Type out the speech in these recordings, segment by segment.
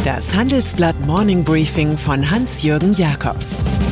Das Handelsblatt Morning Briefing von Hans-Jürgen Jakobs.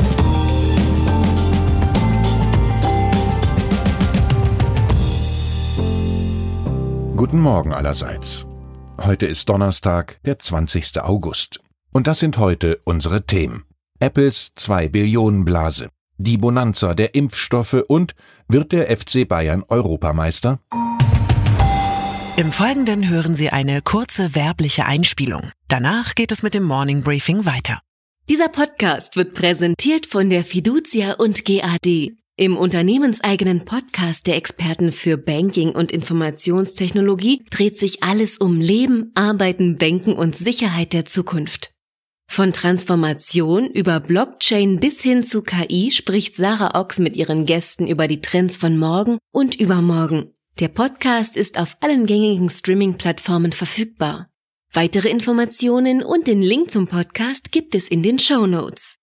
Guten Morgen allerseits. Heute ist Donnerstag, der 20. August. Und das sind heute unsere Themen. Apples 2-Billionen-Blase, die Bonanza der Impfstoffe und wird der FC Bayern Europameister? Im Folgenden hören Sie eine kurze werbliche Einspielung. Danach geht es mit dem Morning Briefing weiter. Dieser Podcast wird präsentiert von der Fiducia und GAD, im unternehmenseigenen Podcast der Experten für Banking und Informationstechnologie dreht sich alles um Leben, Arbeiten, Banken und Sicherheit der Zukunft. Von Transformation über Blockchain bis hin zu KI spricht Sarah Ochs mit ihren Gästen über die Trends von morgen und übermorgen. Der Podcast ist auf allen gängigen Streaming-Plattformen verfügbar. Weitere Informationen und den Link zum Podcast gibt es in den Shownotes.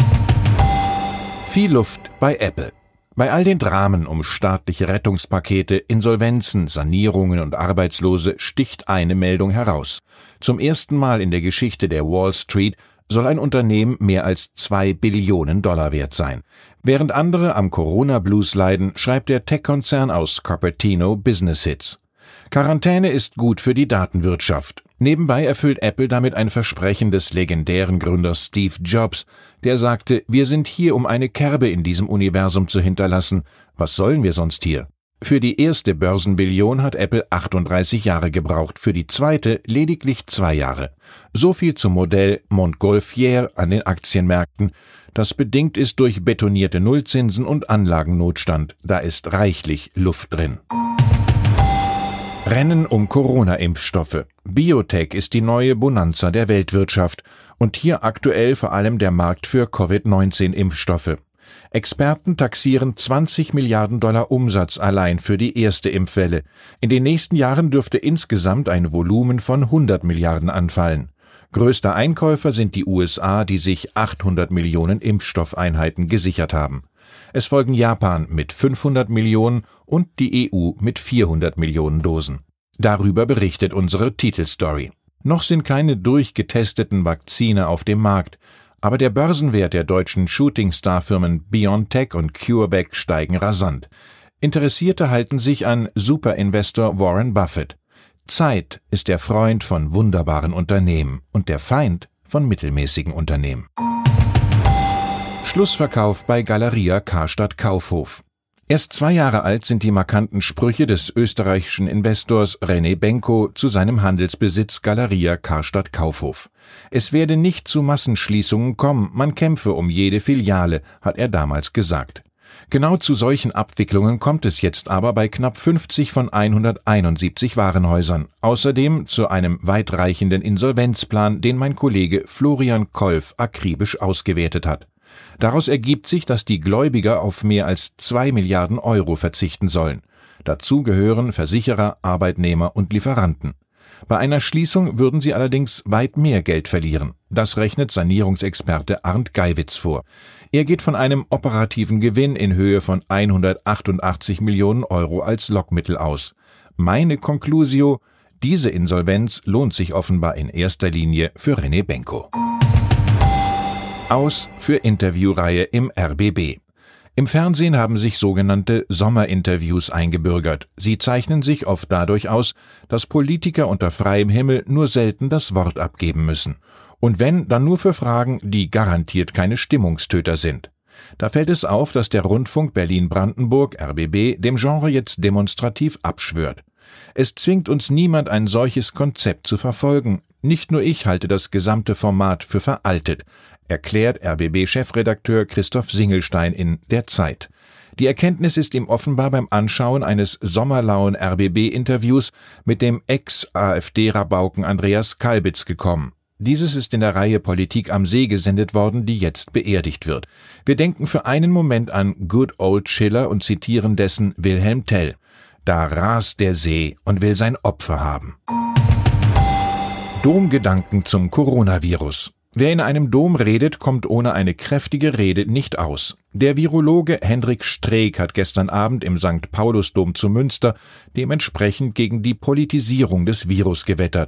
Viel Luft bei Apple. Bei all den Dramen um staatliche Rettungspakete, Insolvenzen, Sanierungen und Arbeitslose sticht eine Meldung heraus. Zum ersten Mal in der Geschichte der Wall Street soll ein Unternehmen mehr als $2 Billionen wert sein. Während andere am Corona-Blues leiden, schreibt der Tech-Konzern aus Cupertino Business Hits. Quarantäne ist gut für die Datenwirtschaft. Nebenbei erfüllt Apple damit ein Versprechen des legendären Gründers Steve Jobs, der sagte, wir sind hier, um eine Kerbe in diesem Universum zu hinterlassen. Was sollen wir sonst hier? Für die erste Börsenbillion hat Apple 38 Jahre gebraucht, für die zweite lediglich 2 Jahre. So viel zum Modell Montgolfier an den Aktienmärkten, das bedingt ist durch betonierte Nullzinsen und Anlagennotstand. Da ist reichlich Luft drin. Rennen um Corona-Impfstoffe. Biotech ist die neue Bonanza der Weltwirtschaft und hier aktuell vor allem der Markt für Covid-19-Impfstoffe. Experten taxieren $20 Milliarden Umsatz allein für die erste Impfwelle. In den nächsten Jahren dürfte insgesamt ein Volumen von 100 Milliarden anfallen. Größter Einkäufer sind die USA, die sich 800 Millionen Impfstoffeinheiten gesichert haben. Es folgen Japan mit 500 Millionen und die EU mit 400 Millionen Dosen. Darüber berichtet unsere Titelstory. Noch sind keine durchgetesteten Vakzine auf dem Markt, aber der Börsenwert der deutschen Shootingstar-Firmen BioNTech und CureVac steigen rasant. Interessierte halten sich an Superinvestor Warren Buffett. Zeit ist der Freund von wunderbaren Unternehmen und der Feind von mittelmäßigen Unternehmen. Schlussverkauf bei Galeria Karstadt Kaufhof. Erst 2 Jahre alt sind die markanten Sprüche des österreichischen Investors René Benko zu seinem Handelsbesitz Galeria Karstadt Kaufhof. Es werde nicht zu Massenschließungen kommen, man kämpfe um jede Filiale, hat er damals gesagt. Genau zu solchen Abwicklungen kommt es jetzt aber bei knapp 50 von 171 Warenhäusern. Außerdem zu einem weitreichenden Insolvenzplan, den mein Kollege Florian Kolf akribisch ausgewertet hat. Daraus ergibt sich, dass die Gläubiger auf mehr als 2 Milliarden Euro verzichten sollen. Dazu gehören Versicherer, Arbeitnehmer und Lieferanten. Bei einer Schließung würden sie allerdings weit mehr Geld verlieren. Das rechnet Sanierungsexperte Arndt Geiwitz vor. Er geht von einem operativen Gewinn in Höhe von 188 Millionen Euro als Lockmittel aus. Meine Conclusio: diese Insolvenz lohnt sich offenbar in erster Linie für René Benko. Aus für Interviewreihe im RBB. Im Fernsehen haben sich sogenannte Sommerinterviews eingebürgert. Sie zeichnen sich oft dadurch aus, dass Politiker unter freiem Himmel nur selten das Wort abgeben müssen. Und wenn, dann nur für Fragen, die garantiert keine Stimmungstöter sind. Da fällt es auf, dass der Rundfunk Berlin-Brandenburg, RBB, dem Genre jetzt demonstrativ abschwört. Es zwingt uns niemand, ein solches Konzept zu verfolgen. Nicht nur ich halte das gesamte Format für veraltet, erklärt RBB-Chefredakteur Christoph Singelstein in Der Zeit. Die Erkenntnis ist ihm offenbar beim Anschauen eines sommerlauen RBB-Interviews mit dem Ex-AfD-Rabauken Andreas Kalbitz gekommen. Dieses ist in der Reihe Politik am See gesendet worden, die jetzt beerdigt wird. Wir denken für einen Moment an Good Old Schiller und zitieren dessen Wilhelm Tell. Da rast der See und will sein Opfer haben. Domgedanken zum Coronavirus. Wer in einem Dom redet, kommt ohne eine kräftige Rede nicht aus. Der Virologe Hendrik Streeck hat gestern Abend im St. Paulusdom zu Münster dementsprechend gegen die Politisierung des Virus gewettert.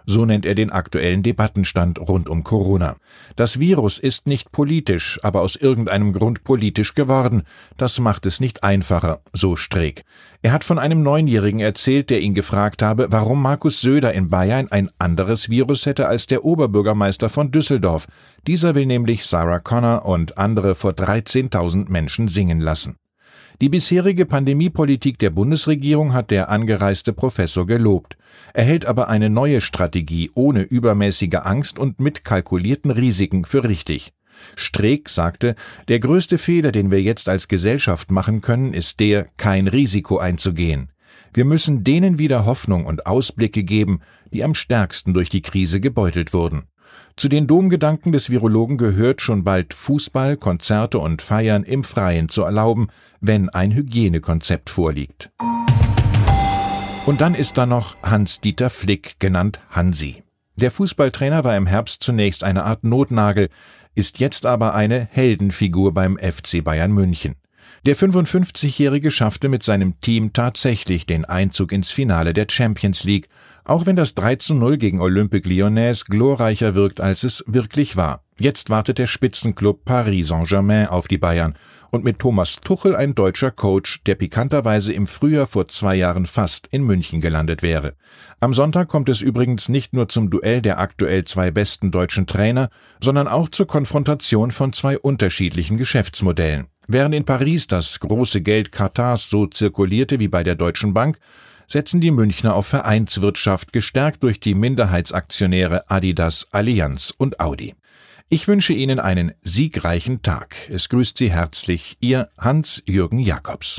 So nennt er den aktuellen Debattenstand rund um Corona. Das Virus ist nicht politisch, aber aus irgendeinem Grund politisch geworden. Das macht es nicht einfacher, so Streeck. Er hat von einem 9-Jährigen erzählt, der ihn gefragt habe, warum Markus Söder in Bayern ein anderes Virus hätte als der Oberbürgermeister von Düsseldorf. Dieser will nämlich Sarah Connor und andere vor 13.000 Menschen singen lassen. Die bisherige Pandemiepolitik der Bundesregierung hat der angereiste Professor gelobt. Er hält aber eine neue Strategie ohne übermäßige Angst und mit kalkulierten Risiken für richtig. Streeck sagte, der größte Fehler, den wir jetzt als Gesellschaft machen können, ist der, kein Risiko einzugehen. Wir müssen denen wieder Hoffnung und Ausblicke geben, die am stärksten durch die Krise gebeutelt wurden. Zu den Domgedanken des Virologen gehört schon bald Fußball, Konzerte und Feiern im Freien zu erlauben, wenn ein Hygienekonzept vorliegt. Und dann ist da noch Hans-Dieter Flick, genannt Hansi. Der Fußballtrainer war im Herbst zunächst eine Art Notnagel, ist jetzt aber eine Heldenfigur beim FC Bayern München. Der 55-Jährige schaffte mit seinem Team tatsächlich den Einzug ins Finale der Champions League, auch wenn das 3:0 gegen Olympique Lyonnais glorreicher wirkt, als es wirklich war. Jetzt wartet der Spitzenklub Paris Saint-Germain auf die Bayern und mit Thomas Tuchel ein deutscher Coach, der pikanterweise im Frühjahr vor 2 Jahren fast in München gelandet wäre. Am Sonntag kommt es übrigens nicht nur zum Duell der aktuell 2 besten deutschen Trainer, sondern auch zur Konfrontation von 2 unterschiedlichen Geschäftsmodellen. Während in Paris das große Geld Katars so zirkulierte wie bei der Deutschen Bank, setzen die Münchner auf Vereinswirtschaft, gestärkt durch die Minderheitsaktionäre Adidas, Allianz und Audi. Ich wünsche Ihnen einen siegreichen Tag. Es grüßt Sie herzlich, Ihr Hans-Jürgen Jakobs.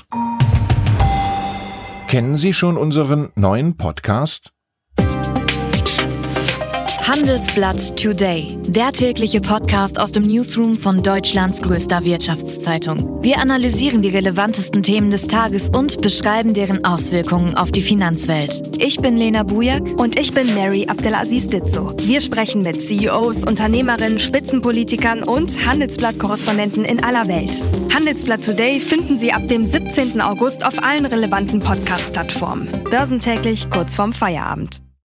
Kennen Sie schon unseren neuen Podcast? Handelsblatt Today, der tägliche Podcast aus dem Newsroom von Deutschlands größter Wirtschaftszeitung. Wir analysieren die relevantesten Themen des Tages und beschreiben deren Auswirkungen auf die Finanzwelt. Ich bin Lena Bujak und ich bin Mary Abdelaziz Ditzo. Wir sprechen mit CEOs, Unternehmerinnen, Spitzenpolitikern und Handelsblatt-Korrespondenten in aller Welt. Handelsblatt Today finden Sie ab dem 17. August auf allen relevanten Podcast-Plattformen. Börsentäglich kurz vorm Feierabend.